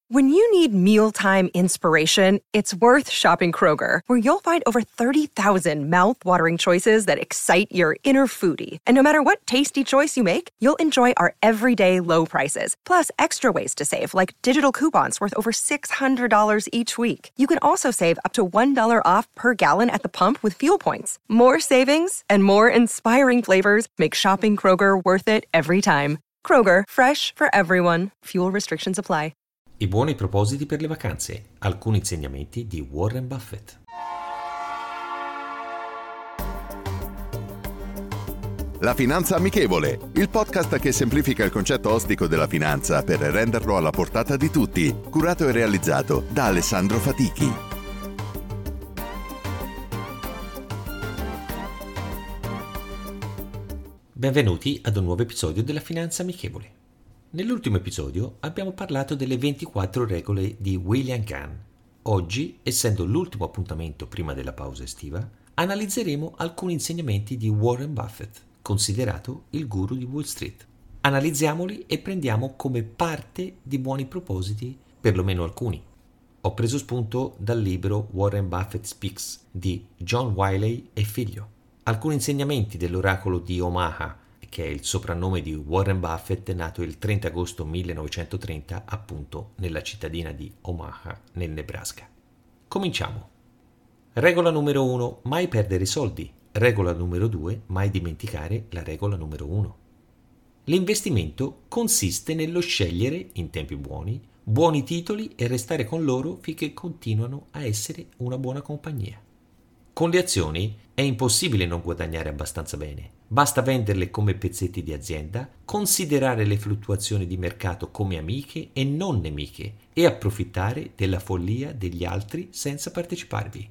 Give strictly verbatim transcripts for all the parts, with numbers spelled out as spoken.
When you need mealtime inspiration, it's worth shopping Kroger, where you'll find over thirty thousand mouth-watering choices that excite your inner foodie. And no matter what tasty choice you make, you'll enjoy our everyday low prices, plus extra ways to save, like digital coupons worth over six hundred dollars each week. You can also save up to one dollar off per gallon at the pump with fuel points. More savings and more inspiring flavors make shopping Kroger worth it every time. Kroger, fresh for everyone. Fuel restrictions apply. I buoni propositi per le vacanze. Alcuni insegnamenti di Warren Buffett. La Finanza Amichevole, il podcast che semplifica il concetto ostico della finanza per renderlo alla portata di tutti. Curato e realizzato da Alessandro Fatichi. Benvenuti ad un nuovo episodio della Finanza Amichevole. Nell'ultimo episodio abbiamo parlato delle ventiquattro regole di William Gann. Oggi, essendo l'ultimo appuntamento prima della pausa estiva, analizzeremo alcuni insegnamenti di Warren Buffett, considerato il guru di Wall Street. Analizziamoli e prendiamo come parte di buoni propositi, perlomeno alcuni. Ho preso spunto dal libro Warren Buffett Speaks di John Wiley e figlio. Alcuni insegnamenti dell'oracolo di Omaha, che è il soprannome di Warren Buffett, nato il trenta agosto millenovecentotrenta appunto nella cittadina di Omaha, nel Nebraska. Cominciamo. Regola numero uno, mai perdere soldi. Regola numero due, mai dimenticare la regola numero uno. L'investimento consiste nello scegliere, in tempi buoni, buoni titoli e restare con loro finché continuano a essere una buona compagnia. Con le azioni è impossibile non guadagnare abbastanza bene. Basta venderle come pezzetti di azienda, considerare le fluttuazioni di mercato come amiche e non nemiche e approfittare della follia degli altri senza parteciparvi.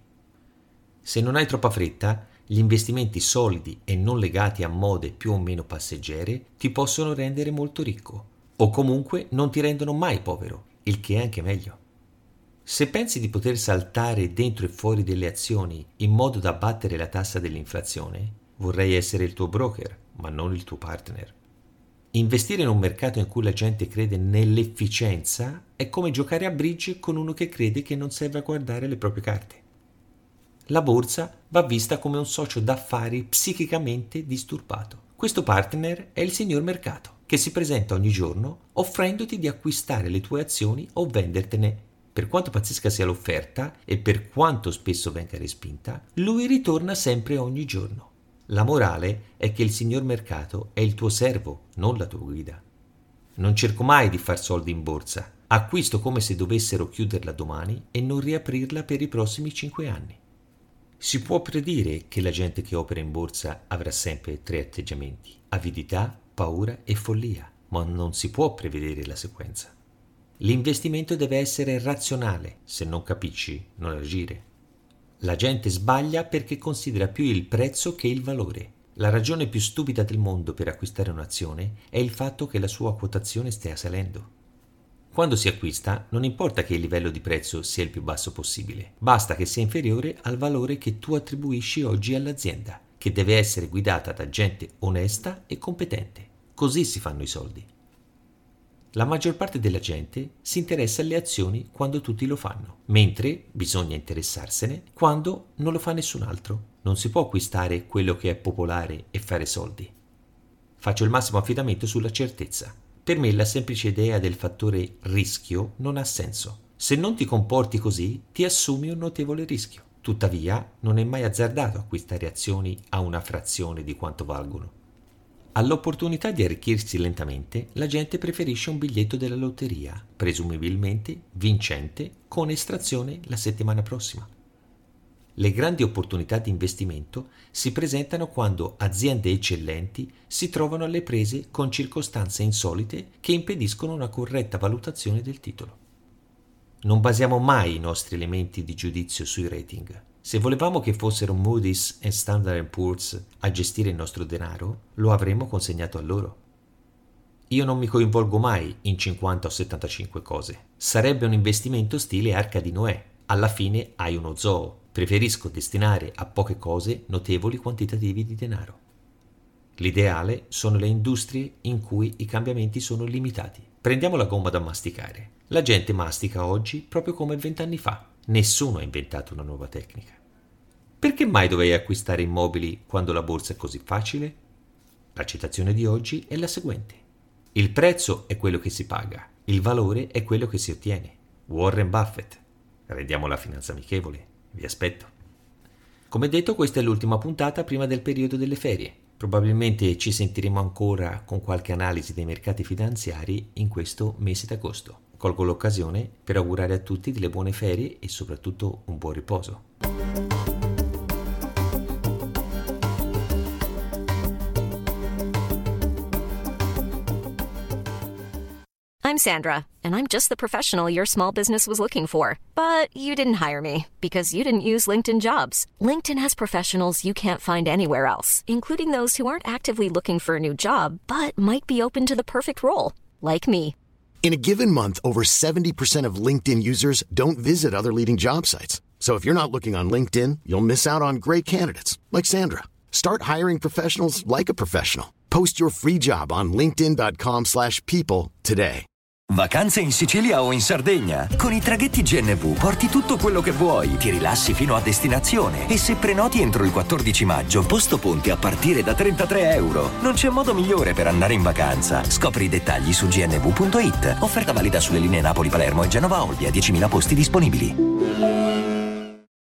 Se non hai troppa fretta, gli investimenti solidi e non legati a mode più o meno passeggere ti possono rendere molto ricco, o comunque non ti rendono mai povero, il che è anche meglio. Se pensi di poter saltare dentro e fuori delle azioni in modo da abbattere la tassa dell'inflazione, vorrei essere il tuo broker, ma non il tuo partner. Investire in un mercato in cui la gente crede nell'efficienza è come giocare a bridge con uno che crede che non serve a guardare le proprie carte. La borsa va vista come un socio d'affari psichicamente disturbato. Questo partner è il signor mercato, che si presenta ogni giorno offrendoti di acquistare le tue azioni o vendertene. Per quanto pazzesca sia l'offerta e per quanto spesso venga respinta, lui ritorna sempre ogni giorno. La morale è che il signor mercato è il tuo servo, non la tua guida. Non cerco mai di far soldi in borsa. Acquisto come se dovessero chiuderla domani e non riaprirla per i prossimi cinque anni. Si può predire che la gente che opera in borsa avrà sempre tre atteggiamenti: avidità, paura e follia, ma non si può prevedere la sequenza. L'investimento deve essere razionale, se non capisci, non agire. La gente sbaglia perché considera più il prezzo che il valore. La ragione più stupida del mondo per acquistare un'azione è il fatto che la sua quotazione stia salendo. Quando si acquista, non importa che il livello di prezzo sia il più basso possibile, basta che sia inferiore al valore che tu attribuisci oggi all'azienda, che deve essere guidata da gente onesta e competente. Così si fanno i soldi. La maggior parte della gente si interessa alle azioni quando tutti lo fanno, mentre bisogna interessarsene quando non lo fa nessun altro. Non si può acquistare quello che è popolare e fare soldi. Faccio il massimo affidamento sulla certezza. Per me la semplice idea del fattore rischio non ha senso. Se non ti comporti così, ti assumi un notevole rischio. Tuttavia, non è mai azzardato acquistare azioni a una frazione di quanto valgono. All'opportunità di arricchirsi lentamente, la gente preferisce un biglietto della lotteria, presumibilmente vincente, con estrazione la settimana prossima. Le grandi opportunità di investimento si presentano quando aziende eccellenti si trovano alle prese con circostanze insolite che impediscono una corretta valutazione del titolo. Non basiamo mai i nostri elementi di giudizio sui rating. Se volevamo che fossero Moody's e Standard and Poor's a gestire il nostro denaro, lo avremmo consegnato a loro. Io non mi coinvolgo mai in cinquanta o settantacinque cose. Sarebbe un investimento stile Arca di Noè. Alla fine hai uno zoo. Preferisco destinare a poche cose notevoli quantitativi di denaro. L'ideale sono le industrie in cui i cambiamenti sono limitati. Prendiamo la gomma da masticare. La gente mastica oggi proprio come vent'anni fa. Nessuno ha inventato una nuova tecnica. Perché mai dovevi acquistare immobili quando la borsa è così facile? La citazione di oggi è la seguente. Il prezzo è quello che si paga, il valore è quello che si ottiene. Warren Buffett. Rendiamo la finanza amichevole. Vi aspetto. Come detto, questa è l'ultima puntata prima del periodo delle ferie. Probabilmente ci sentiremo ancora con qualche analisi dei mercati finanziari in questo mese d'agosto. Colgo l'occasione per augurare a tutti delle buone ferie e soprattutto un buon riposo. I'm Sandra, and I'm just the professional your small business was looking for. But you didn't hire me because you didn't use LinkedIn Jobs. LinkedIn has professionals you can't find anywhere else, including those who aren't actively looking for a new job, but might be open to the perfect role, like me. In a given month, over seventy percent of LinkedIn users don't visit other leading job sites. So if you're not looking on LinkedIn, you'll miss out on great candidates like Sandra. Start hiring professionals like a professional. Post your free job on linkedin dot com slash people today. Vacanze in Sicilia o in Sardegna? Con i traghetti G N V porti tutto quello che vuoi, ti rilassi fino a destinazione e se prenoti entro il quattordici maggio, posto ponti a partire da trentatré euro. Non c'è modo migliore per andare in vacanza. Scopri i dettagli su g n v punto i t. Offerta valida sulle linee Napoli-Palermo e Genova-Olbia, diecimila posti disponibili.